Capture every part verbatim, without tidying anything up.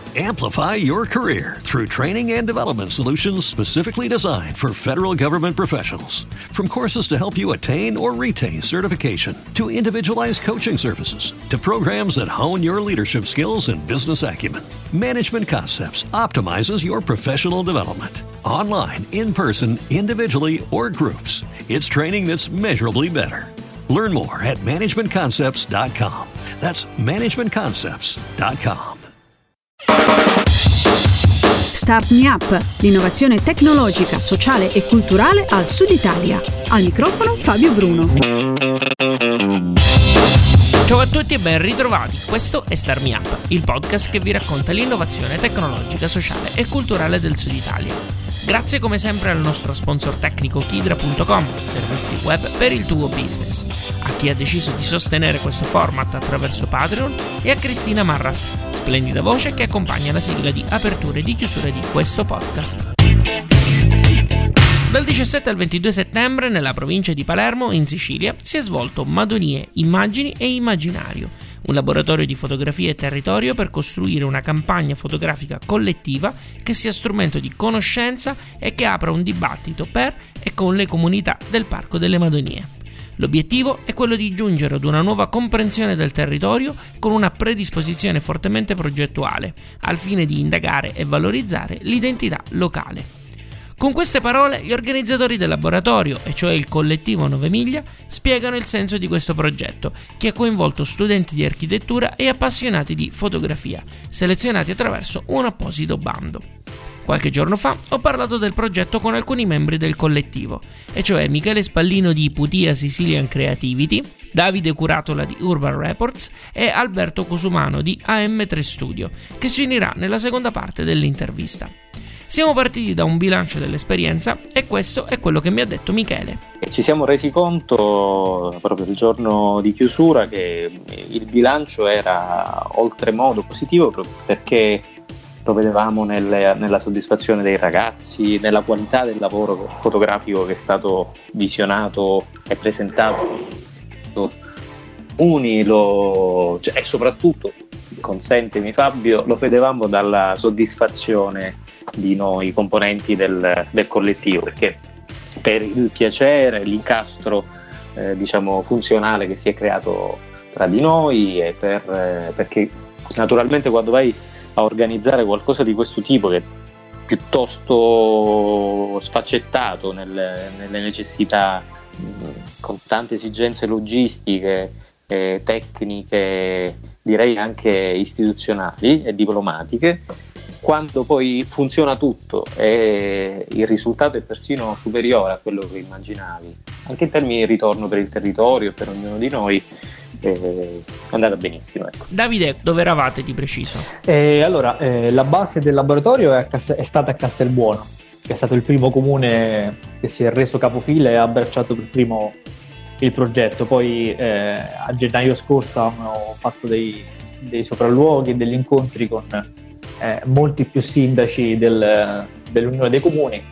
Amplify your career through training and development solutions specifically designed for federal government professionals. From courses to help you attain or retain certification, to individualized coaching services, to programs that hone your leadership skills and business acumen, Management Concepts optimizes your professional development. Online, in person, individually, or groups, it's training that's measurably better. Learn more at management concepts dot com. That's management concepts dot com. Start Me Up, l'innovazione tecnologica, sociale e culturale al Sud Italia. Al microfono Fabio Bruno. Ciao a tutti e ben ritrovati, questo è Start Me Up, il podcast che vi racconta l'innovazione tecnologica, sociale e culturale del Sud Italia. Grazie come sempre al nostro sponsor tecnico Kidra punto com, servizi web per il tuo business, a chi ha deciso di sostenere questo format attraverso Patreon e a Cristina Marras, splendida voce che accompagna la sigla di apertura e di chiusura di questo podcast. Dal diciassette al ventidue settembre nella provincia di Palermo, in Sicilia, si è svolto Madonie, Immagini e Immaginario, un laboratorio di fotografia e territorio per costruire una campagna fotografica collettiva che sia strumento di conoscenza e che apra un dibattito per e con le comunità del Parco delle Madonie. L'obiettivo è quello di giungere ad una nuova comprensione del territorio con una predisposizione fortemente progettuale, al fine di indagare e valorizzare l'identità locale. Con queste parole, gli organizzatori del laboratorio, e cioè il collettivo Nove Miglia, spiegano il senso di questo progetto, che ha coinvolto studenti di architettura e appassionati di fotografia, selezionati attraverso un apposito bando. Qualche giorno fa ho parlato del progetto con alcuni membri del collettivo, e cioè Michele Spallino di Putia Sicilian Creativity, Davide Curatola di Urban Reports e Alberto Cusumano di A M tre Studio, che si unirà nella seconda parte dell'intervista. Siamo partiti da un bilancio dell'esperienza e questo è quello che mi ha detto Michele. E ci siamo resi conto proprio il giorno di chiusura che il bilancio era oltremodo positivo, proprio perché lo vedevamo nelle, nella soddisfazione dei ragazzi, nella qualità del lavoro fotografico che è stato visionato e presentato. Uni lo, cioè, e soprattutto, consentimi Fabio, lo vedevamo dalla soddisfazione di noi componenti del, del collettivo, perché per il piacere, l'incastro eh, diciamo funzionale che si è creato tra di noi e per, eh, perché naturalmente quando vai a organizzare qualcosa di questo tipo che è piuttosto sfaccettato nel, nelle necessità mh, con tante esigenze logistiche, eh, tecniche, direi anche istituzionali e diplomatiche, quando poi funziona tutto e il risultato è persino superiore a quello che immaginavi, anche in termini di ritorno per il territorio e per ognuno di noi, è andata benissimo. Ecco. Davide, dove eravate di preciso? Eh, allora, eh, la base del laboratorio è, a Cast- è stata a Castelbuono, che è stato il primo comune che si è reso capofila e ha abbracciato per primo il progetto. Poi eh, a gennaio scorso hanno fatto dei, dei sopralluoghi e degli incontri con eh, molti più sindaci del, dell'Unione dei Comuni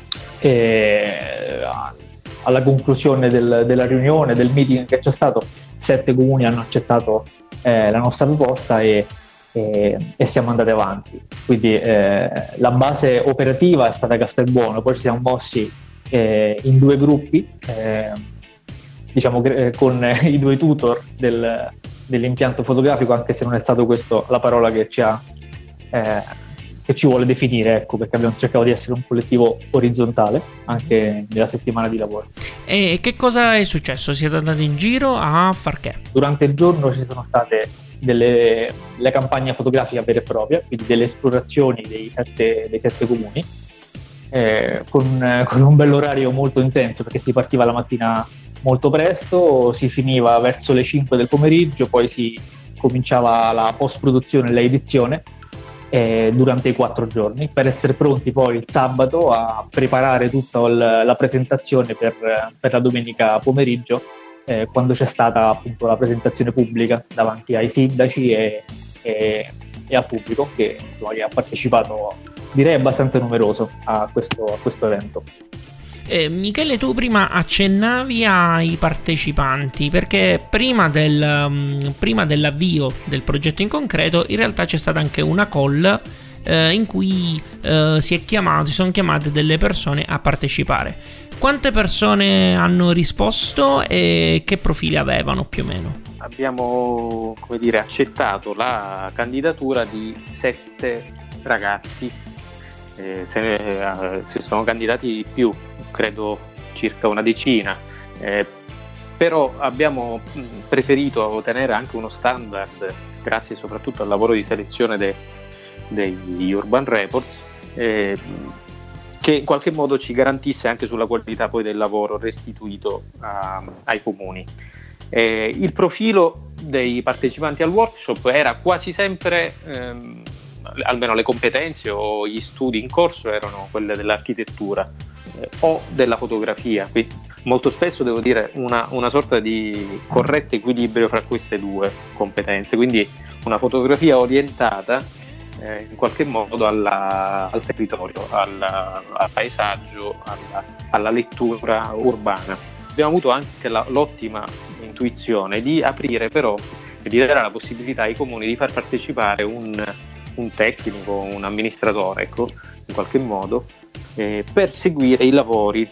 e alla conclusione del, della riunione, del meeting che c'è stato, sette comuni hanno accettato eh, la nostra proposta e, e, e siamo andati avanti. Quindi eh, la base operativa è stata Castelbuono, poi ci siamo mossi eh, in due gruppi, eh, diciamo eh, con eh, i due tutor del, dell'impianto fotografico, anche se non è stato questo la parola che ci ha eh, che ci vuole definire, ecco, perché abbiamo cercato di essere un collettivo orizzontale anche nella settimana di lavoro. E che cosa è successo? Siete andati in giro a far che? Durante il giorno ci sono state delle le campagne fotografiche vere e proprie, quindi delle esplorazioni dei sette, dei sette comuni, eh, con, con un bell'orario molto intenso, perché si partiva la mattina molto presto, si finiva verso le cinque del pomeriggio, poi si cominciava la post-produzione e l'edizione eh, durante i quattro giorni, per essere pronti poi il sabato a preparare tutta l- la presentazione per, per la domenica pomeriggio, eh, quando c'è stata appunto la presentazione pubblica davanti ai sindaci e, e, e al pubblico che, insomma, che ha partecipato, direi abbastanza numeroso, a questo, a questo evento. Eh, Michele, tu prima accennavi ai partecipanti, perché prima, del, um, prima dell'avvio del progetto in concreto in realtà c'è stata anche una call eh, in cui eh, si è chiamato, si sono chiamate delle persone a partecipare. Quante persone hanno risposto e che profili avevano più o meno? Abbiamo, come dire, accettato la candidatura di sette ragazzi, eh, se ne eh, si sono candidati di più, credo circa una decina, eh, però abbiamo preferito tenere anche uno standard, grazie soprattutto al lavoro di selezione de, degli Urban Reports, eh, che in qualche modo ci garantisse anche sulla qualità poi del lavoro restituito a, ai comuni. Eh, il profilo dei partecipanti al workshop era quasi sempre, ehm, almeno le competenze o gli studi in corso erano quelle dell'architettura eh, o della fotografia, quindi molto spesso devo dire una, una sorta di corretto equilibrio fra queste due competenze, quindi una fotografia orientata Eh, in qualche modo alla, al territorio, alla, al paesaggio, alla, alla lettura urbana. Abbiamo avuto anche la, l'ottima intuizione di aprire però e di dare la possibilità ai comuni di far partecipare un, un tecnico, un amministratore, ecco, in qualche modo, eh, per seguire i lavori.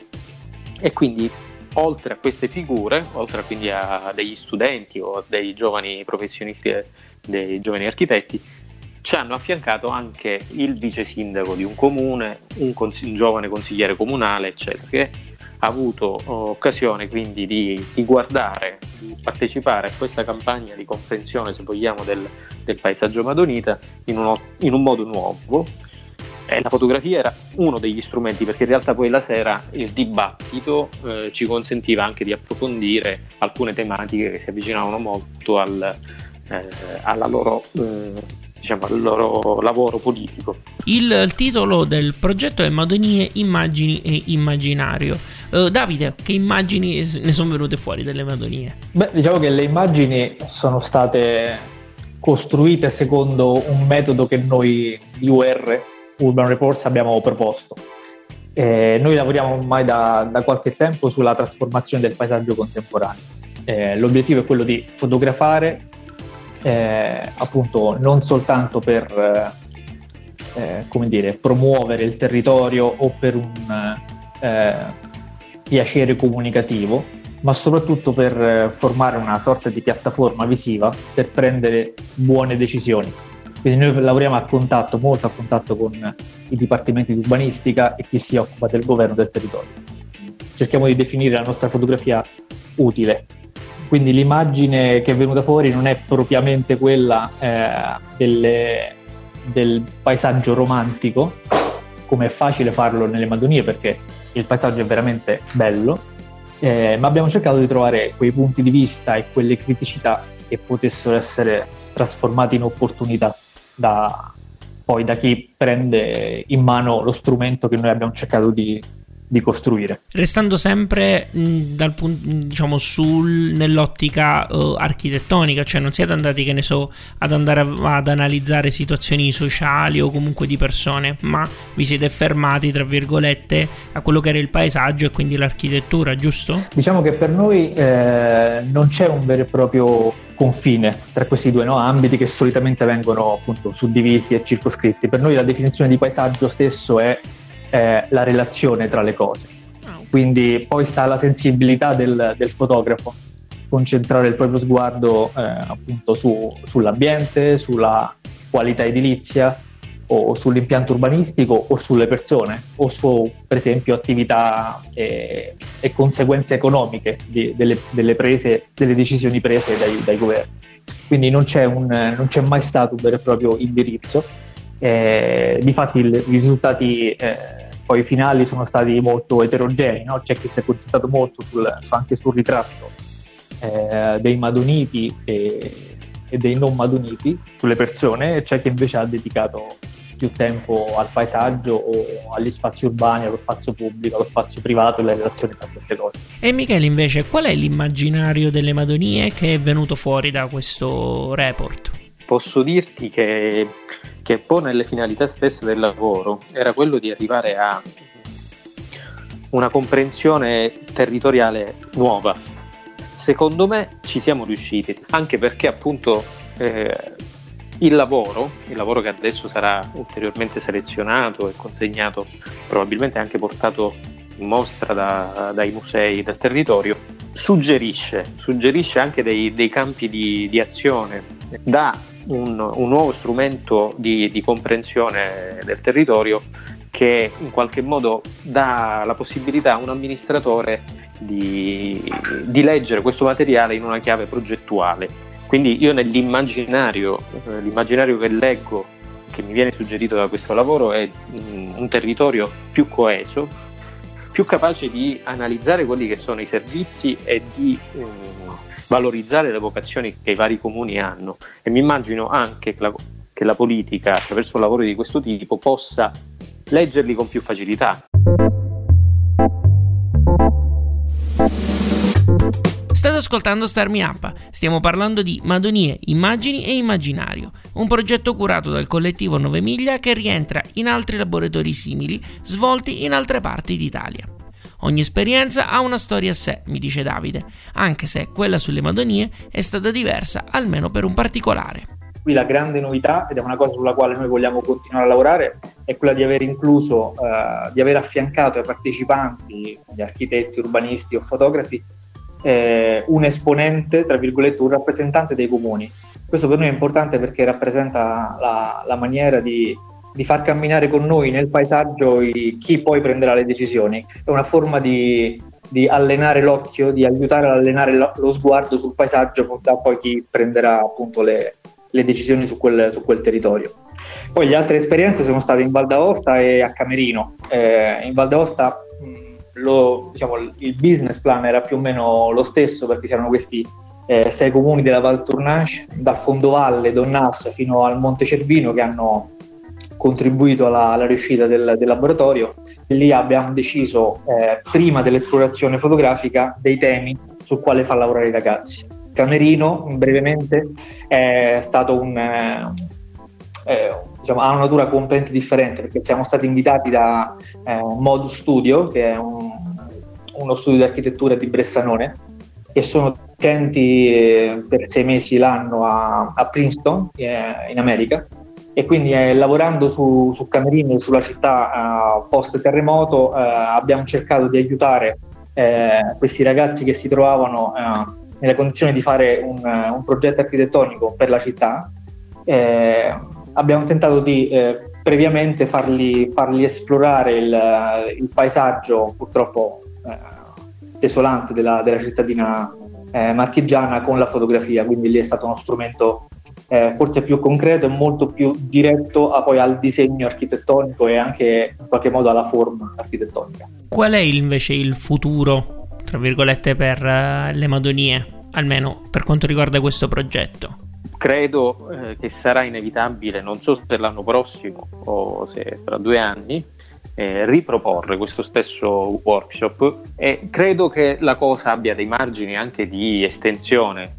E quindi oltre a queste figure, oltre quindi a degli studenti o dei giovani professionisti, dei giovani architetti, ci hanno affiancato anche il vice sindaco di un comune, un, cons- un giovane consigliere comunale, eccetera, che ha avuto occasione quindi di, di guardare, di partecipare a questa campagna di comprensione, se vogliamo, del, del paesaggio madonita in, uno, in un modo nuovo. E la fotografia era uno degli strumenti, perché in realtà poi la sera il dibattito eh, ci consentiva anche di approfondire alcune tematiche che si avvicinavano molto al, eh, alla loro eh, diciamo al loro lavoro politico. Il, il titolo del progetto è Madonie, immagini e immaginario. Uh, Davide, che immagini ne sono venute fuori delle Madonie? Beh, diciamo che le immagini sono state costruite secondo un metodo che noi di U R, Urban Reports, abbiamo proposto. Eh, noi lavoriamo ormai da, da qualche tempo sulla trasformazione del paesaggio contemporaneo. Eh, l'obiettivo è quello di fotografare Eh, appunto non soltanto per eh, come dire, promuovere il territorio o per un eh, piacere comunicativo, ma soprattutto per eh, formare una sorta di piattaforma visiva per prendere buone decisioni. Quindi noi lavoriamo a contatto, molto a contatto con i dipartimenti di urbanistica e chi si occupa del governo del territorio. Cerchiamo di definire la nostra fotografia utile. Quindi l'immagine che è venuta fuori non è propriamente quella eh, delle, del paesaggio romantico, come è facile farlo nelle Madonie perché il paesaggio è veramente bello, eh, ma abbiamo cercato di trovare quei punti di vista e quelle criticità che potessero essere trasformate in opportunità da, poi da chi prende in mano lo strumento che noi abbiamo cercato di di costruire. Restando sempre mh, dal punto, diciamo, sul nell'ottica uh, architettonica, cioè non siete andati, che ne so, ad andare a, ad analizzare situazioni sociali o comunque di persone, ma vi siete fermati, tra virgolette, a quello che era il paesaggio e quindi l'architettura, giusto? Diciamo che per noi eh, non c'è un vero e proprio confine tra questi due no, ambiti che solitamente vengono appunto suddivisi e circoscritti. Per noi la definizione di paesaggio stesso è Eh, la relazione tra le cose, quindi poi sta alla sensibilità del, del fotografo concentrare il proprio sguardo eh, appunto su, sull'ambiente, sulla qualità edilizia o sull'impianto urbanistico o sulle persone o su per esempio attività e, e conseguenze economiche di, delle, delle prese, delle decisioni prese dai, dai governi. Quindi non c'è, un, non c'è mai stato un vero e proprio indirizzo. Eh, difatti il, i risultati eh, poi finali sono stati molto eterogenei, no? C'è chi si è concentrato molto sul, anche sul ritratto eh, dei madoniti e, e dei non madoniti, sulle persone, e c'è chi invece ha dedicato più tempo al paesaggio o agli spazi urbani, allo spazio pubblico, allo spazio privato e alle relazioni tra queste cose. E Michele invece, qual è l'immaginario delle Madonie che è venuto fuori da questo report? Posso dirti che, che un po' nelle finalità stesse del lavoro era quello di arrivare a una comprensione territoriale nuova. Secondo me ci siamo riusciti, anche perché appunto eh, il lavoro, il lavoro che adesso sarà ulteriormente selezionato e consegnato, probabilmente anche portato in mostra da, dai musei del territorio, suggerisce, suggerisce anche dei, dei campi di, di azione, dà un, un nuovo strumento di, di comprensione del territorio che in qualche modo dà la possibilità a un amministratore di, di leggere questo materiale in una chiave progettuale. Quindi io nell'immaginario, eh, l'immaginario che leggo, che mi viene suggerito da questo lavoro, è um, un territorio più coeso, più capace di analizzare quelli che sono i servizi e di um, valorizzare le vocazioni che i vari comuni hanno. E mi immagino anche che la, che la politica, attraverso lavori di questo tipo, possa leggerli con più facilità. State ascoltando Start Me Up, stiamo parlando di Madonie, Immagini e Immaginario, un progetto curato dal collettivo nove miglia che rientra in altri laboratori simili svolti in altre parti d'Italia. Ogni esperienza ha una storia a sé, mi dice Davide, anche se quella sulle Madonie è stata diversa almeno per un particolare. Qui la grande novità, ed è una cosa sulla quale noi vogliamo continuare a lavorare, è quella di aver incluso, eh, di aver affiancato ai partecipanti, gli architetti, urbanisti o fotografi, eh, un esponente, tra virgolette, un rappresentante dei comuni. Questo per noi è importante perché rappresenta la, la maniera di, di far camminare con noi nel paesaggio i, chi poi prenderà le decisioni. È una forma di, di allenare l'occhio, di aiutare ad allenare lo, lo sguardo sul paesaggio da poi chi prenderà appunto le le decisioni su quel, su quel territorio. Poi le altre esperienze sono state in Val d'Aosta e a Camerino. Eh, in Val d'Aosta mh, lo, diciamo, il business plan era più o meno lo stesso, perché c'erano questi eh, sei comuni della Val Tournanche, dal fondovalle, Donnas fino al Monte Cervino, che hanno contribuito alla, alla riuscita del, del laboratorio. E lì abbiamo deciso, eh, prima dell'esplorazione fotografica, dei temi su quale far lavorare i ragazzi. Camerino, brevemente, è stato un, eh, eh, diciamo, ha una natura completamente differente, perché siamo stati invitati da eh, Modus Studio, che è un, uno studio di architettura di Bressanone, che sono docenti eh, per sei mesi l'anno a, a Princeton, eh, in America, e quindi eh, lavorando su, su Camerino e sulla città eh, post terremoto eh, abbiamo cercato di aiutare eh, questi ragazzi che si trovavano eh, nella condizione di fare un, un progetto architettonico per la città. Eh, abbiamo tentato di eh, previamente farli, farli esplorare il, il paesaggio purtroppo eh, desolante della, della cittadina eh, marchigiana con la fotografia, quindi lì è stato uno strumento eh, forse più concreto e molto più diretto a, poi al disegno architettonico e anche in qualche modo alla forma architettonica. Qual è invece il futuro, tra virgolette, per uh, le Madonie, almeno per quanto riguarda questo progetto? Credo eh, che sarà inevitabile, non so se l'anno prossimo o se tra due anni, eh, riproporre questo stesso workshop, e credo che la cosa abbia dei margini anche di estensione,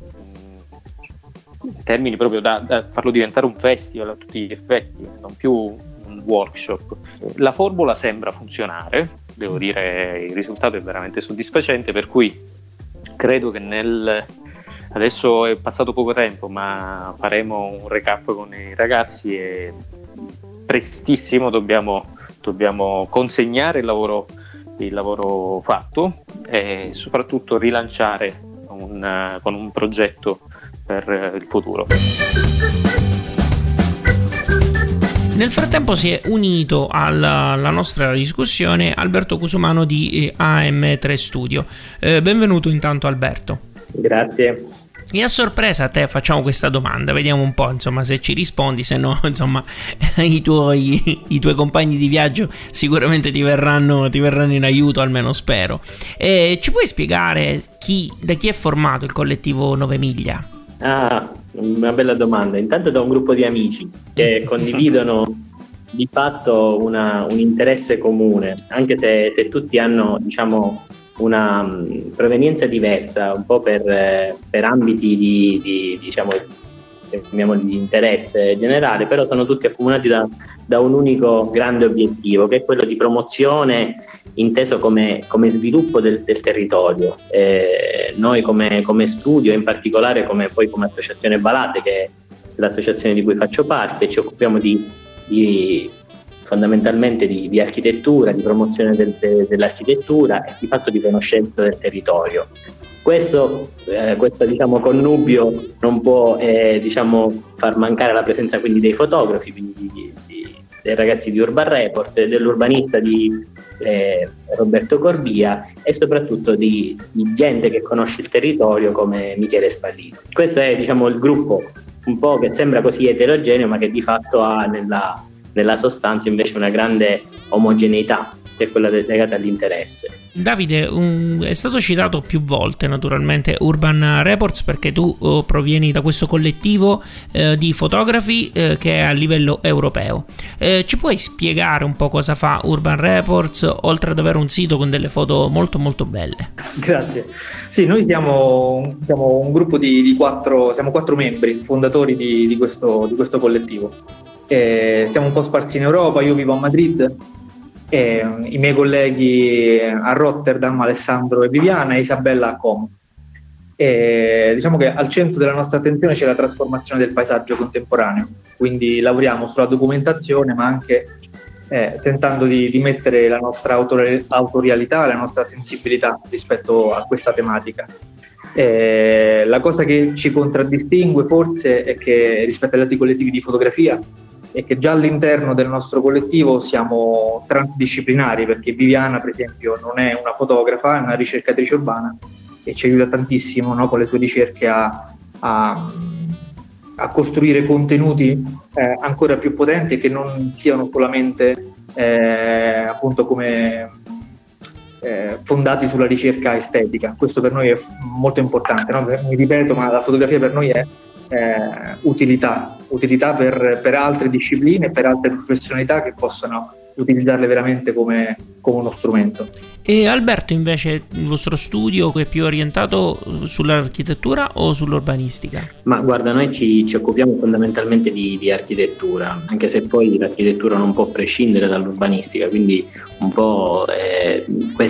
in termini proprio da, da farlo diventare un festival a tutti gli effetti, non più un workshop. La formula sembra funzionare, devo dire, il risultato è veramente soddisfacente, per cui credo che nel adesso è passato poco tempo, ma faremo un recap con i ragazzi e prestissimo dobbiamo, dobbiamo consegnare il lavoro, il lavoro fatto e soprattutto rilanciare un, con un progetto per il futuro. Nel frattempo si è unito alla, alla nostra discussione Alberto Cusumano di eh, A M tre Studio. Eh, benvenuto intanto Alberto. Grazie. E a sorpresa a te facciamo questa domanda, vediamo un po' insomma se ci rispondi, se no insomma i tuoi, i tuoi compagni di viaggio sicuramente ti verranno, ti verranno in aiuto, almeno spero. E ci puoi spiegare chi, da chi è formato il collettivo nove miglia? Ah, una bella domanda. Intanto da un gruppo di amici che condividono di fatto una, un interesse comune, anche se, se tutti hanno, diciamo, una um, provenienza diversa, un po' per, eh, per ambiti di, di, diciamo, chiamiamoli di interesse generale, però sono tutti accomunati da, da un unico grande obiettivo, che è quello di promozione inteso come, come sviluppo del, del territorio. Eh, noi come, come studio, in particolare come, poi come associazione Balate, che è l'associazione di cui faccio parte, ci occupiamo di, di fondamentalmente di, di architettura, di promozione del, de, dell'architettura e di fatto di conoscenza del territorio. Questo, eh, questo diciamo, connubio non può eh, diciamo, far mancare la presenza quindi dei fotografi, quindi di, di, dei ragazzi di Urban Report, dell'urbanista di eh, Roberto Corbia e soprattutto di, di gente che conosce il territorio come Michele Spallino. Questo è diciamo, il gruppo un po' che sembra così eterogeneo, ma che di fatto ha nella nella sostanza invece una grande omogeneità, che è quella legata all'interesse. Davide, um, è stato citato più volte naturalmente Urban Reports perché tu uh, provieni da questo collettivo uh, di fotografi uh, che è a livello europeo. Uh, ci puoi spiegare un po' cosa fa Urban Reports, oltre ad avere un sito con delle foto molto molto belle? Grazie. Sì, noi siamo, siamo un gruppo di, di quattro, siamo quattro membri fondatori di, di, questo, di questo collettivo. Eh, siamo un po' sparsi in Europa, io vivo a Madrid, eh, i miei colleghi a Rotterdam, Alessandro e Viviana, e Isabella a Como. Eh, diciamo che al centro della nostra attenzione c'è la trasformazione del paesaggio contemporaneo, quindi lavoriamo sulla documentazione ma anche eh, tentando di, di mettere la nostra autor- autorialità, la nostra sensibilità rispetto a questa tematica. Eh, la cosa che ci contraddistingue forse è che rispetto agli altri collettivi di fotografia è che già all'interno del nostro collettivo siamo transdisciplinari, perché Viviana per esempio non è una fotografa, è una ricercatrice urbana e ci aiuta tantissimo, no, con le sue ricerche a, a, a costruire contenuti eh, ancora più potenti e che non siano solamente eh, appunto come eh, fondati sulla ricerca estetica. Questo per noi è molto importante, no? Mi ripeto, ma la fotografia per noi è Eh, utilità, utilità per, per altre discipline e per altre professionalità che possano utilizzarle veramente come, come uno strumento. E Alberto invece, il vostro studio è più orientato sull'architettura o sull'urbanistica? Ma guarda, noi ci, ci occupiamo fondamentalmente di, di architettura, anche se poi l'architettura non può prescindere dall'urbanistica, quindi un po' eh,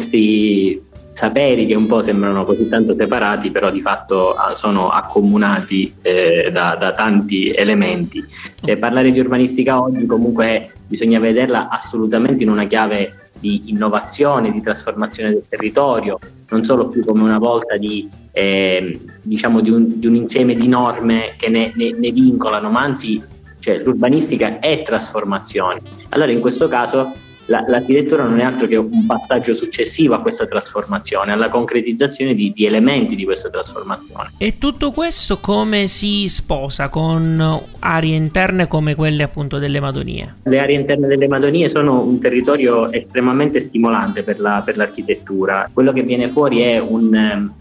questi saperi che un po' sembrano così tanto separati, però di fatto sono accomunati eh, da, da tanti elementi. E parlare di urbanistica oggi comunque bisogna vederla assolutamente in una chiave di innovazione, di trasformazione del territorio, non solo più come una volta di, eh, diciamo di un, di un insieme di norme che ne, ne, ne vincolano, ma anzi cioè, l'urbanistica è trasformazione. Allora in questo caso La, l'architettura non è altro che un passaggio successivo a questa trasformazione, alla concretizzazione di, di elementi di questa trasformazione. E tutto questo come si sposa con aree interne come quelle appunto delle Madonie? Le aree interne delle Madonie sono un territorio estremamente stimolante per, la, per l'architettura. Quello che viene fuori è un,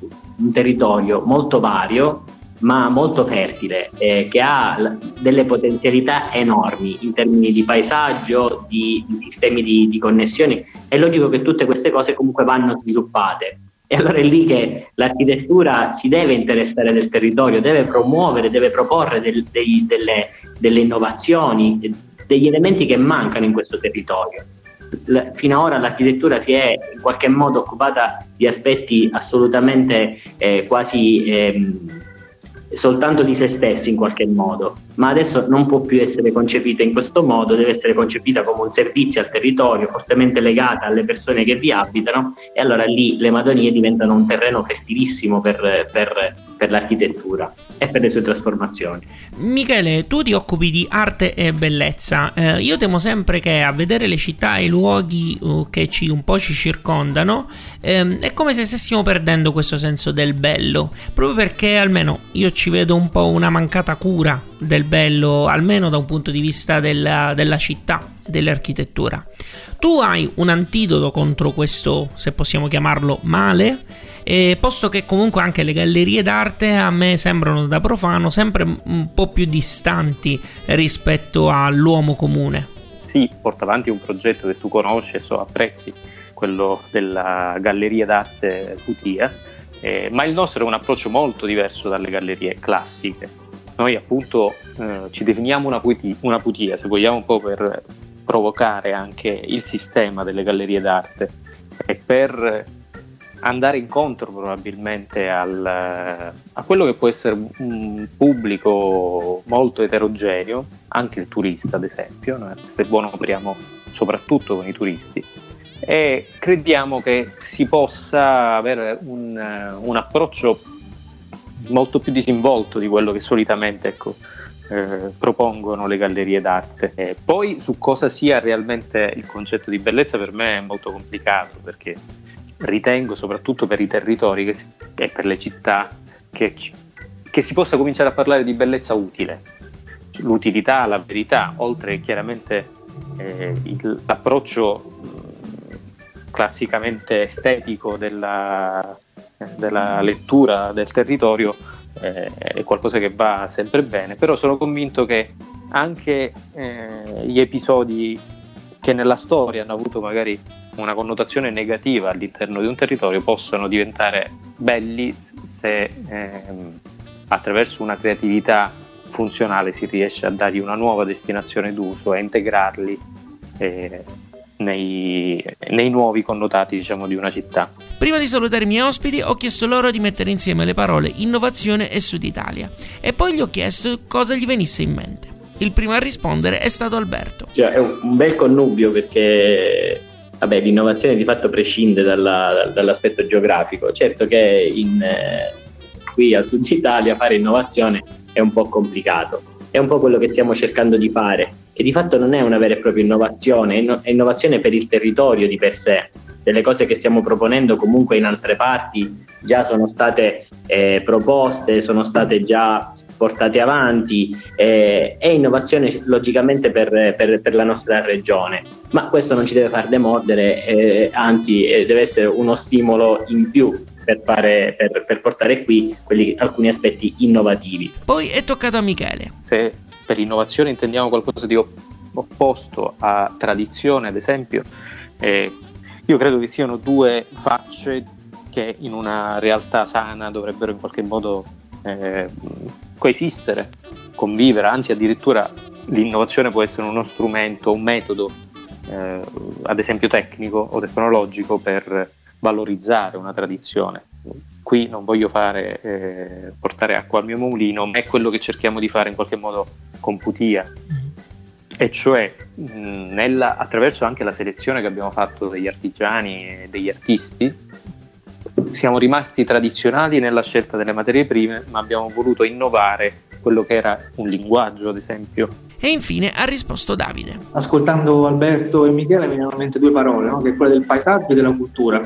un territorio molto vario, ma molto fertile, eh, che ha delle potenzialità enormi in termini di paesaggio, di, di sistemi di, di connessioni. È logico che tutte queste cose comunque vanno sviluppate. E allora è lì che l'architettura si deve interessare del territorio, deve promuovere, deve proporre del, dei, delle, delle innovazioni, degli elementi che mancano in questo territorio. La, fino ad ora l'architettura si è in qualche modo occupata di aspetti assolutamente eh, quasi... Eh, soltanto di se stessi in qualche modo, ma adesso non può più essere concepita in questo modo, deve essere concepita come un servizio al territorio, fortemente legata alle persone che vi abitano, e allora lì le Madonie diventano un terreno fertilissimo per, per, per l'architettura e per le sue trasformazioni. Michele, tu ti occupi di arte e bellezza. Eh, io temo sempre che a vedere le città e i luoghi uh, che ci un po' ci circondano eh, è come se stessimo perdendo questo senso del bello, proprio perché almeno io ci vedo un po' una mancata cura del bello, almeno da un punto di vista della, della città, dell'architettura. Tu hai un antidoto contro questo, se possiamo chiamarlo, male? E posto che comunque anche le gallerie d'arte a me sembrano da profano sempre un po' più distanti rispetto all'uomo comune. Sì, porta avanti un progetto che tu conosci e so apprezzi, quello della Galleria d'arte Putia, eh, ma il nostro è un approccio molto diverso dalle gallerie classiche. noi appunto eh, ci definiamo una, puti- una putia, se vogliamo, un po' per provocare anche il sistema delle gallerie d'arte e per andare incontro probabilmente al, a quello che può essere un pubblico molto eterogeneo, anche il turista ad esempio. Noi a Castelbuono operiamo soprattutto con i turisti e crediamo che si possa avere un, un approccio molto più disinvolto di quello che solitamente ecco, eh, propongono le gallerie d'arte. E poi su cosa sia realmente il concetto di bellezza per me è molto complicato, perché ritengo, soprattutto per i territori che si, e per le città, che, ci, che si possa cominciare a parlare di bellezza utile, l'utilità, la verità, oltre chiaramente eh, il, l'approccio mh, classicamente estetico della, della lettura del territorio, eh, è qualcosa che va sempre bene, però sono convinto che anche eh, gli episodi che nella storia hanno avuto magari una connotazione negativa all'interno di un territorio possono diventare belli se ehm, attraverso una creatività funzionale si riesce a dargli una nuova destinazione d'uso e integrarli eh, nei, nei nuovi connotati, diciamo, di una città. Prima di salutare i miei ospiti ho chiesto loro di mettere insieme le parole innovazione e Sud Italia e poi gli ho chiesto cosa gli venisse in mente. Il primo a rispondere è stato Alberto. Cioè, è un bel connubio, perché vabbè, l'innovazione di fatto prescinde dalla, dall'aspetto geografico. Certo che in, eh, qui al Sud Italia fare innovazione è un po' complicato, è un po' quello che stiamo cercando di fare, che di fatto non è una vera e propria innovazione, è, no, è innovazione per il territorio di per sé. Delle cose che stiamo proponendo comunque in altre parti già sono state eh, proposte, sono state già portate avanti, eh, è innovazione logicamente per, per, per la nostra regione, ma questo non ci deve far demordere, eh, anzi eh, deve essere uno stimolo in più per, fare, per, per portare qui quelli, alcuni aspetti innovativi. Poi è toccato a Michele. Se per innovazione intendiamo qualcosa di opposto a tradizione, ad esempio, eh, io credo che siano due facce che in una realtà sana dovrebbero in qualche modo eh, coesistere, convivere, anzi addirittura l'innovazione può essere uno strumento, un metodo eh, ad esempio tecnico o tecnologico per valorizzare una tradizione. Qui non voglio fare eh, portare acqua al mio mulino, ma è quello che cerchiamo di fare in qualche modo con Putia, e cioè mh, nella, attraverso anche la selezione che abbiamo fatto degli artigiani e degli artisti. Siamo rimasti tradizionali nella scelta delle materie prime, ma abbiamo voluto innovare quello che era un linguaggio, ad esempio. E infine ha risposto Davide. Ascoltando Alberto e Michele mi vengono in mente due parole, no? Che è quella del paesaggio e della cultura.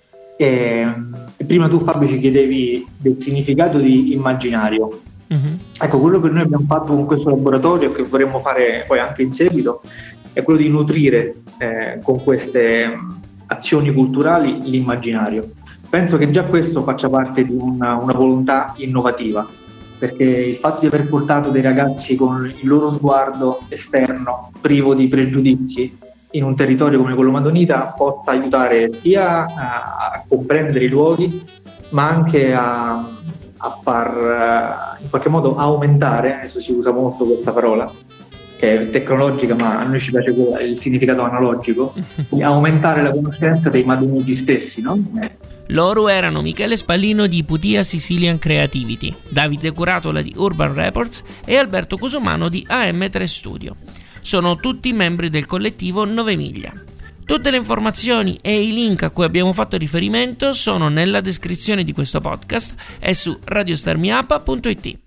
E, e prima tu, Fabio, ci chiedevi del significato di immaginario. Mm-hmm. Ecco, quello che noi abbiamo fatto con questo laboratorio e che vorremmo fare poi anche in seguito è quello di nutrire eh, con queste azioni culturali l'immaginario. Penso che già questo faccia parte di una, una volontà innovativa, perché il fatto di aver portato dei ragazzi con il loro sguardo esterno, privo di pregiudizi, in un territorio come quello Madonita possa aiutare sia a, a comprendere i luoghi, ma anche a, a far in qualche modo aumentare, adesso si usa molto questa parola, che è tecnologica, ma a noi ci piace il significato analogico, di aumentare la conoscenza dei madoniti stessi, no? Loro erano Michele Spallino di Putia Sicilian Creativity, Davide Curatola di Urban Reports e Alberto Cusumano di A M tre Studio. Sono tutti membri del collettivo nove Miglia. Tutte le informazioni e i link a cui abbiamo fatto riferimento sono nella descrizione di questo podcast e su radio star me up punto it.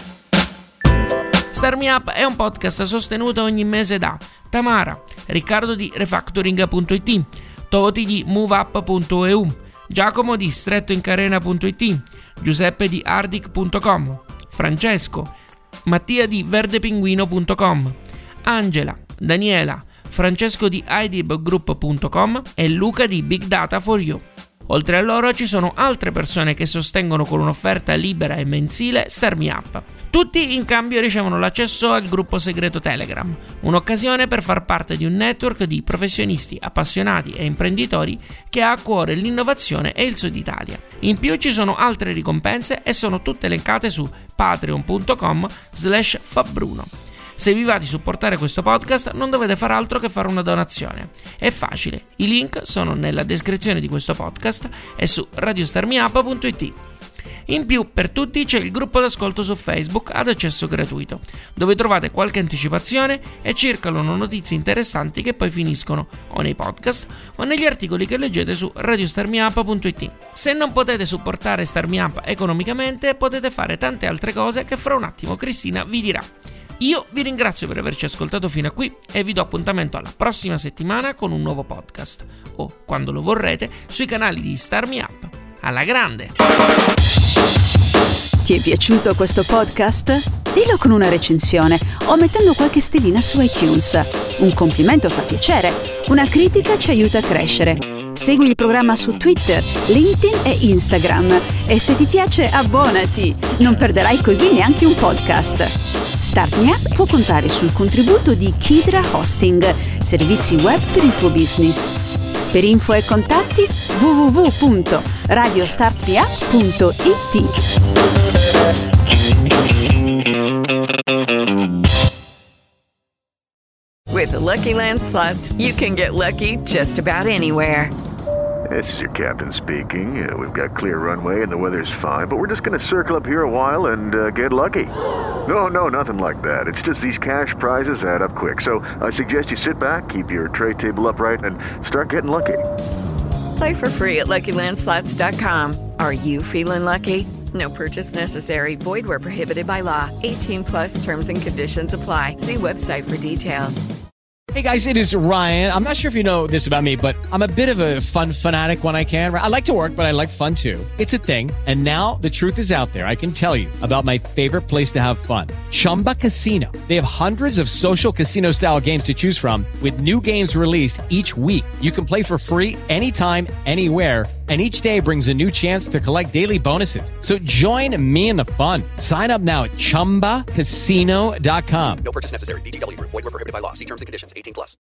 Star Me Up è un podcast sostenuto ogni mese da Tamara, Riccardo di refactoring punto it, Toti di moveup punto e u, Giacomo di strettoincarena punto it, Giuseppe di ardic punto com, Francesco, Mattia di verdepinguino punto com, Angela, Daniela, Francesco di idibgroup punto com e Luca di Big Data for You. Oltre a loro ci sono altre persone che sostengono con un'offerta libera e mensile Start Me Up. Tutti in cambio ricevono l'accesso al gruppo segreto Telegram, un'occasione per far parte di un network di professionisti, appassionati e imprenditori che ha a cuore l'innovazione e il Sud Italia. In più ci sono altre ricompense e sono tutte elencate su patreon punto com slash fabbruno. Se vi va di supportare questo podcast non dovete fare altro che fare una donazione. È facile, i link sono nella descrizione di questo podcast e su radio star me up punto it. In più, per tutti c'è il gruppo d'ascolto su Facebook ad accesso gratuito, dove trovate qualche anticipazione e circolano notizie interessanti che poi finiscono o nei podcast o negli articoli che leggete su radio star me up punto it. Se non potete supportare Start Me Up economicamente, potete fare tante altre cose che fra un attimo Cristina vi dirà. Io vi ringrazio per averci ascoltato fino a qui e vi do appuntamento alla prossima settimana con un nuovo podcast o, quando lo vorrete, sui canali di Start Me Up. Alla grande! Ti è piaciuto questo podcast? Dillo con una recensione o mettendo qualche stellina su iTunes. Un complimento fa piacere, una critica ci aiuta a crescere. Segui il programma su Twitter, LinkedIn e Instagram e se ti piace abbonati, non perderai così neanche un podcast. Start Me Up può contare sul contributo di Kidra Hosting, servizi web per il tuo business. Per info e contatti w w w punto radio start me up punto it. With the Lucky Land Slots, you can get lucky just about anywhere. This is your captain speaking. Uh, we've got clear runway and the weather's fine, but we're just going to circle up here a while and uh, get lucky. No, no, nothing like that. It's just these cash prizes add up quick. So I suggest you sit back, keep your tray table upright, and start getting lucky. Play for free at lucky land slots dot com. Are you feeling lucky? No purchase necessary. Void where prohibited by law. eighteen plus terms and conditions apply. See website for details. Hey guys, it is Ryan. I'm not sure if you know this about me, but I'm a bit of a fun fanatic when I can. I like to work, but I like fun too. It's a thing. And now the truth is out there. I can tell you about my favorite place to have fun. Chumba Casino. They have hundreds of social casino style games to choose from with new games released each week. You can play for free anytime, anywhere. And each day brings a new chance to collect daily bonuses. So join me in the fun. Sign up now at chumba casino dot com. No purchase necessary. V G W. Void where prohibited by law. See terms and conditions. eighteen plus.